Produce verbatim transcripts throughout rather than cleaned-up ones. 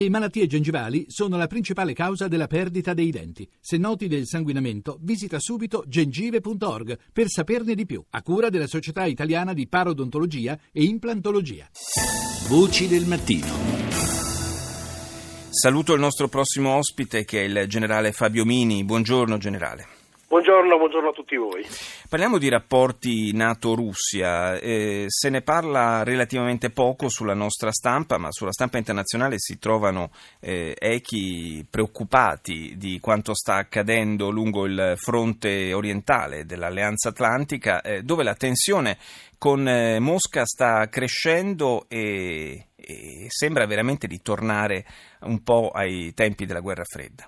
Le malattie gengivali sono la principale causa della perdita dei denti. Se noti del sanguinamento, visita subito gengive punto org per saperne di più, a cura della Società Italiana di Parodontologia e Implantologia. Voci del mattino. Saluto il nostro prossimo ospite, che è il generale Fabio Mini. Buongiorno, generale. Buongiorno, buongiorno a tutti voi. Parliamo di rapporti NATO-Russia. Eh, se ne parla relativamente poco sulla nostra stampa, ma sulla stampa internazionale si trovano eh, echi preoccupati di quanto sta accadendo lungo il fronte orientale dell'Alleanza Atlantica, eh, dove la tensione con eh, Mosca sta crescendo e, e sembra veramente di tornare un po' ai tempi della guerra fredda.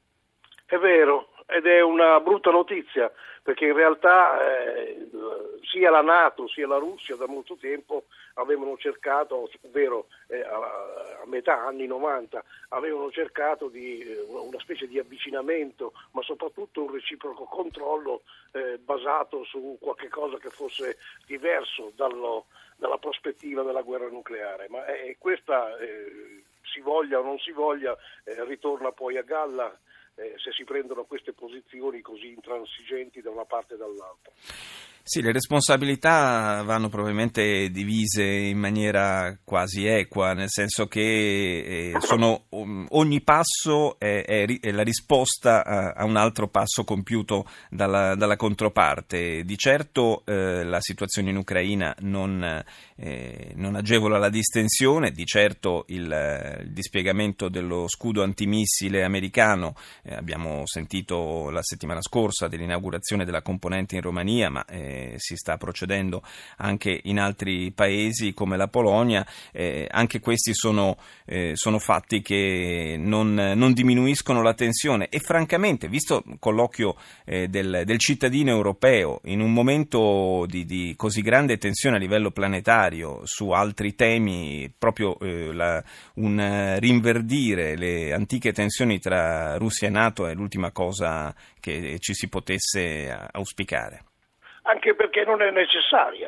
È vero. Ed è una brutta notizia, perché in realtà eh, sia la NATO sia la Russia da molto tempo avevano cercato, ovvero eh, a, a metà anni novanta, avevano cercato di eh, una specie di avvicinamento, ma soprattutto un reciproco controllo eh, basato su qualche cosa che fosse diverso dallo, dalla prospettiva della guerra nucleare. Ma eh, questa, eh, si voglia o non si voglia, eh, ritorna poi a galla Eh, se si prendono queste posizioni così intransigenti da una parte e dall'altra. Sì, le responsabilità vanno probabilmente divise in maniera quasi equa, nel senso che eh, sono, ogni passo è, è, è la risposta a, a un altro passo compiuto dalla, dalla controparte. Di certo eh, la situazione in Ucraina non, eh, non agevola la distensione, di certo il, il dispiegamento dello scudo antimissile americano, eh, abbiamo sentito la settimana scorsa dell'inaugurazione della componente in Romania, ma eh, si sta procedendo anche in altri paesi come la Polonia. Eh, anche questi sono, eh, sono fatti che non, non diminuiscono la tensione e francamente, visto con l'occhio eh, del, del cittadino europeo, in un momento di, di così grande tensione a livello planetario su altri temi, proprio eh, la, un rinverdire le antiche tensioni tra Russia e NATO è l'ultima cosa che ci si potesse auspicare. Anche perché non è necessaria,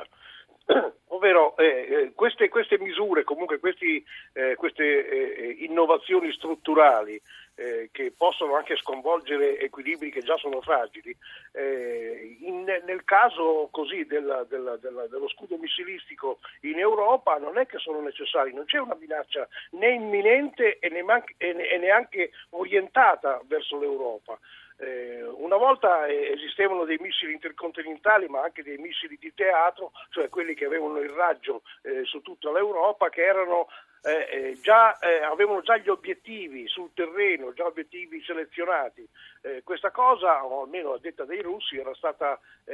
ovvero eh, queste, queste misure, comunque questi, eh, queste eh, innovazioni strutturali eh, che possono anche sconvolgere equilibri che già sono fragili, eh, in, nel caso così della, della, della, dello scudo missilistico in Europa non è che sono necessari, non c'è una minaccia né imminente e, ne man- e, ne- e neanche orientata verso l'Europa. Eh, una volta eh, esistevano dei missili intercontinentali, ma anche dei missili di teatro, cioè quelli che avevano il raggio eh, su tutta l'Europa, che erano eh, eh, già eh, avevano già gli obiettivi sul terreno, già obiettivi selezionati. Eh, questa cosa, o almeno a detta dei russi, era stata eh,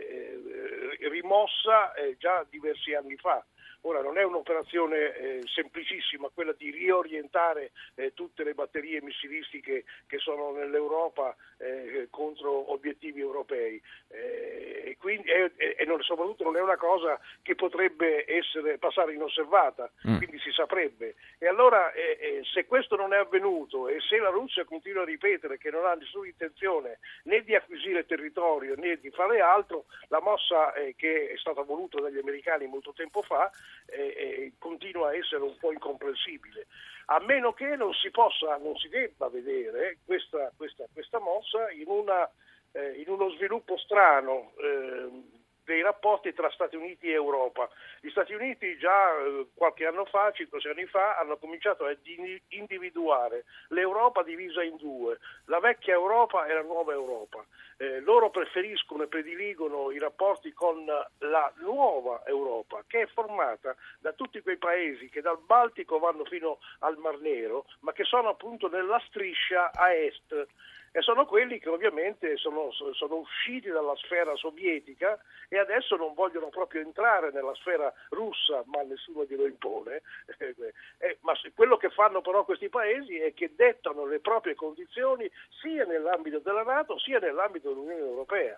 eh, rimossa eh, già diversi anni fa. Ora non è un'operazione eh, semplicissima quella di riorientare eh, tutte le batterie missilistiche che sono nell'Europa eh, contro obiettivi europei eh, e, quindi, e, e non, soprattutto non è una cosa che potrebbe essere passare inosservata, mm. quindi si saprebbe. E allora eh, eh, se questo non è avvenuto e se la Russia continua a ripetere che non ha nessuna intenzione né di acquisire territorio né di fare altro, la mossa eh, che è stata voluta dagli americani molto tempo fa E, e continua a essere un po' incomprensibile, a meno che non si possa, non si debba vedere questa, questa, questa mossa in, una, eh, in uno sviluppo strano eh, dei rapporti tra Stati Uniti e Europa. Gli Stati Uniti già eh, qualche anno fa, cinque sei anni fa, hanno cominciato a individuare l'Europa divisa in due, la vecchia Europa e la nuova Europa. Eh, loro preferiscono e prediligono i rapporti con la nuova Europa, che è formata da tutti quei paesi che dal Baltico vanno fino al Mar Nero, ma che sono appunto nella striscia a est. E sono quelli che ovviamente sono, sono usciti dalla sfera sovietica e adesso non vogliono proprio entrare nella sfera russa, ma nessuno glielo impone. eh, ma quello che fanno però questi paesi è che dettano le proprie condizioni sia nell'ambito della NATO sia nell'ambito dell'Unione Europea.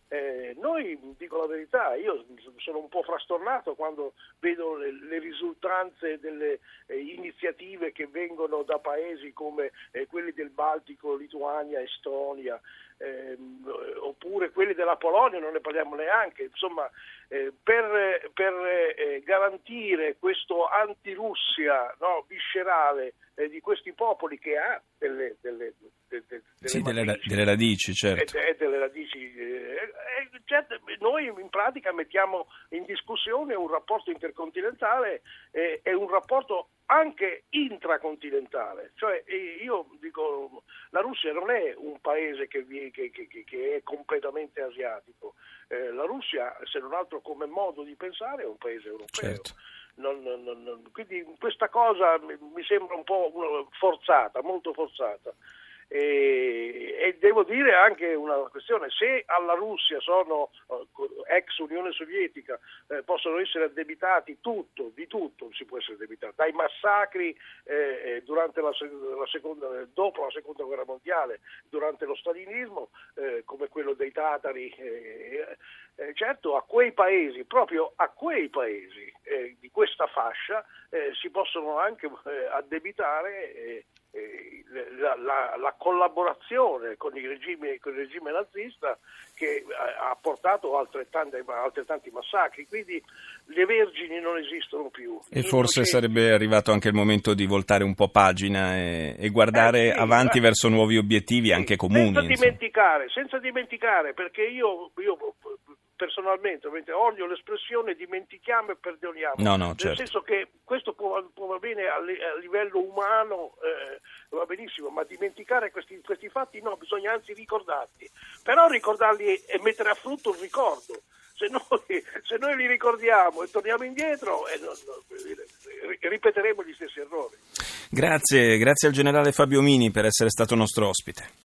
Eh, noi, dico la verità, io sono un po' frastornato quando vedo le, le risultanze delle eh, iniziative che vengono da paesi come eh, quelli del Baltico, Lituania, Estonia, ehm, oppure quelli della Polonia, non ne parliamo neanche. Insomma, eh, per, per eh, garantire questo antirussia, no, viscerale eh, di questi popoli che ha delle, delle, delle, delle, sì, delle, matrici, delle radici, certo. E, e delle radici eh, eh, certo, noi in pratica mettiamo in discussione un rapporto intercontinentale eh, e un rapporto anche intracontinentale. Cioè io dico, la Russia non è un paese che, vi, che, che, che è completamente asiatico. Eh, la Russia, se non altro come modo di pensare, è un paese europeo. Certo. Non, non, non, quindi questa cosa mi, mi sembra un po' forzata, molto forzata. E, e devo dire anche una questione: se alla Russia sono ex Unione Sovietica eh, possono essere addebitati tutto, di tutto si può essere addebitato, dai massacri eh, durante la, la seconda, dopo la seconda guerra mondiale, durante lo stalinismo, eh, come quello dei tatari, eh, eh, certo a quei paesi, proprio a quei paesi eh, di questa fascia eh, si possono anche eh, addebitare eh, La, la, la collaborazione con il regime, con il regime nazista che ha portato altrettanti, altrettanti massacri, quindi le vergini non esistono più. E forse sarebbe arrivato anche il momento di voltare un po' pagina e, e guardare eh sì, avanti eh, verso nuovi obiettivi sì, anche comuni. Senza dimenticare, senza dimenticare, perché io, io personalmente odio l'espressione dimentichiamo e perdoniamo, no, no, nel certo. senso che questo può, può va bene a, a livello umano, eh, va benissimo, ma dimenticare questi, questi fatti no, bisogna anzi ricordarli, però ricordarli e mettere a frutto il ricordo. Se noi, se noi li ricordiamo e torniamo indietro eh, no, no, ripeteremo gli stessi errori. Grazie, grazie al generale Fabio Mini per essere stato nostro ospite.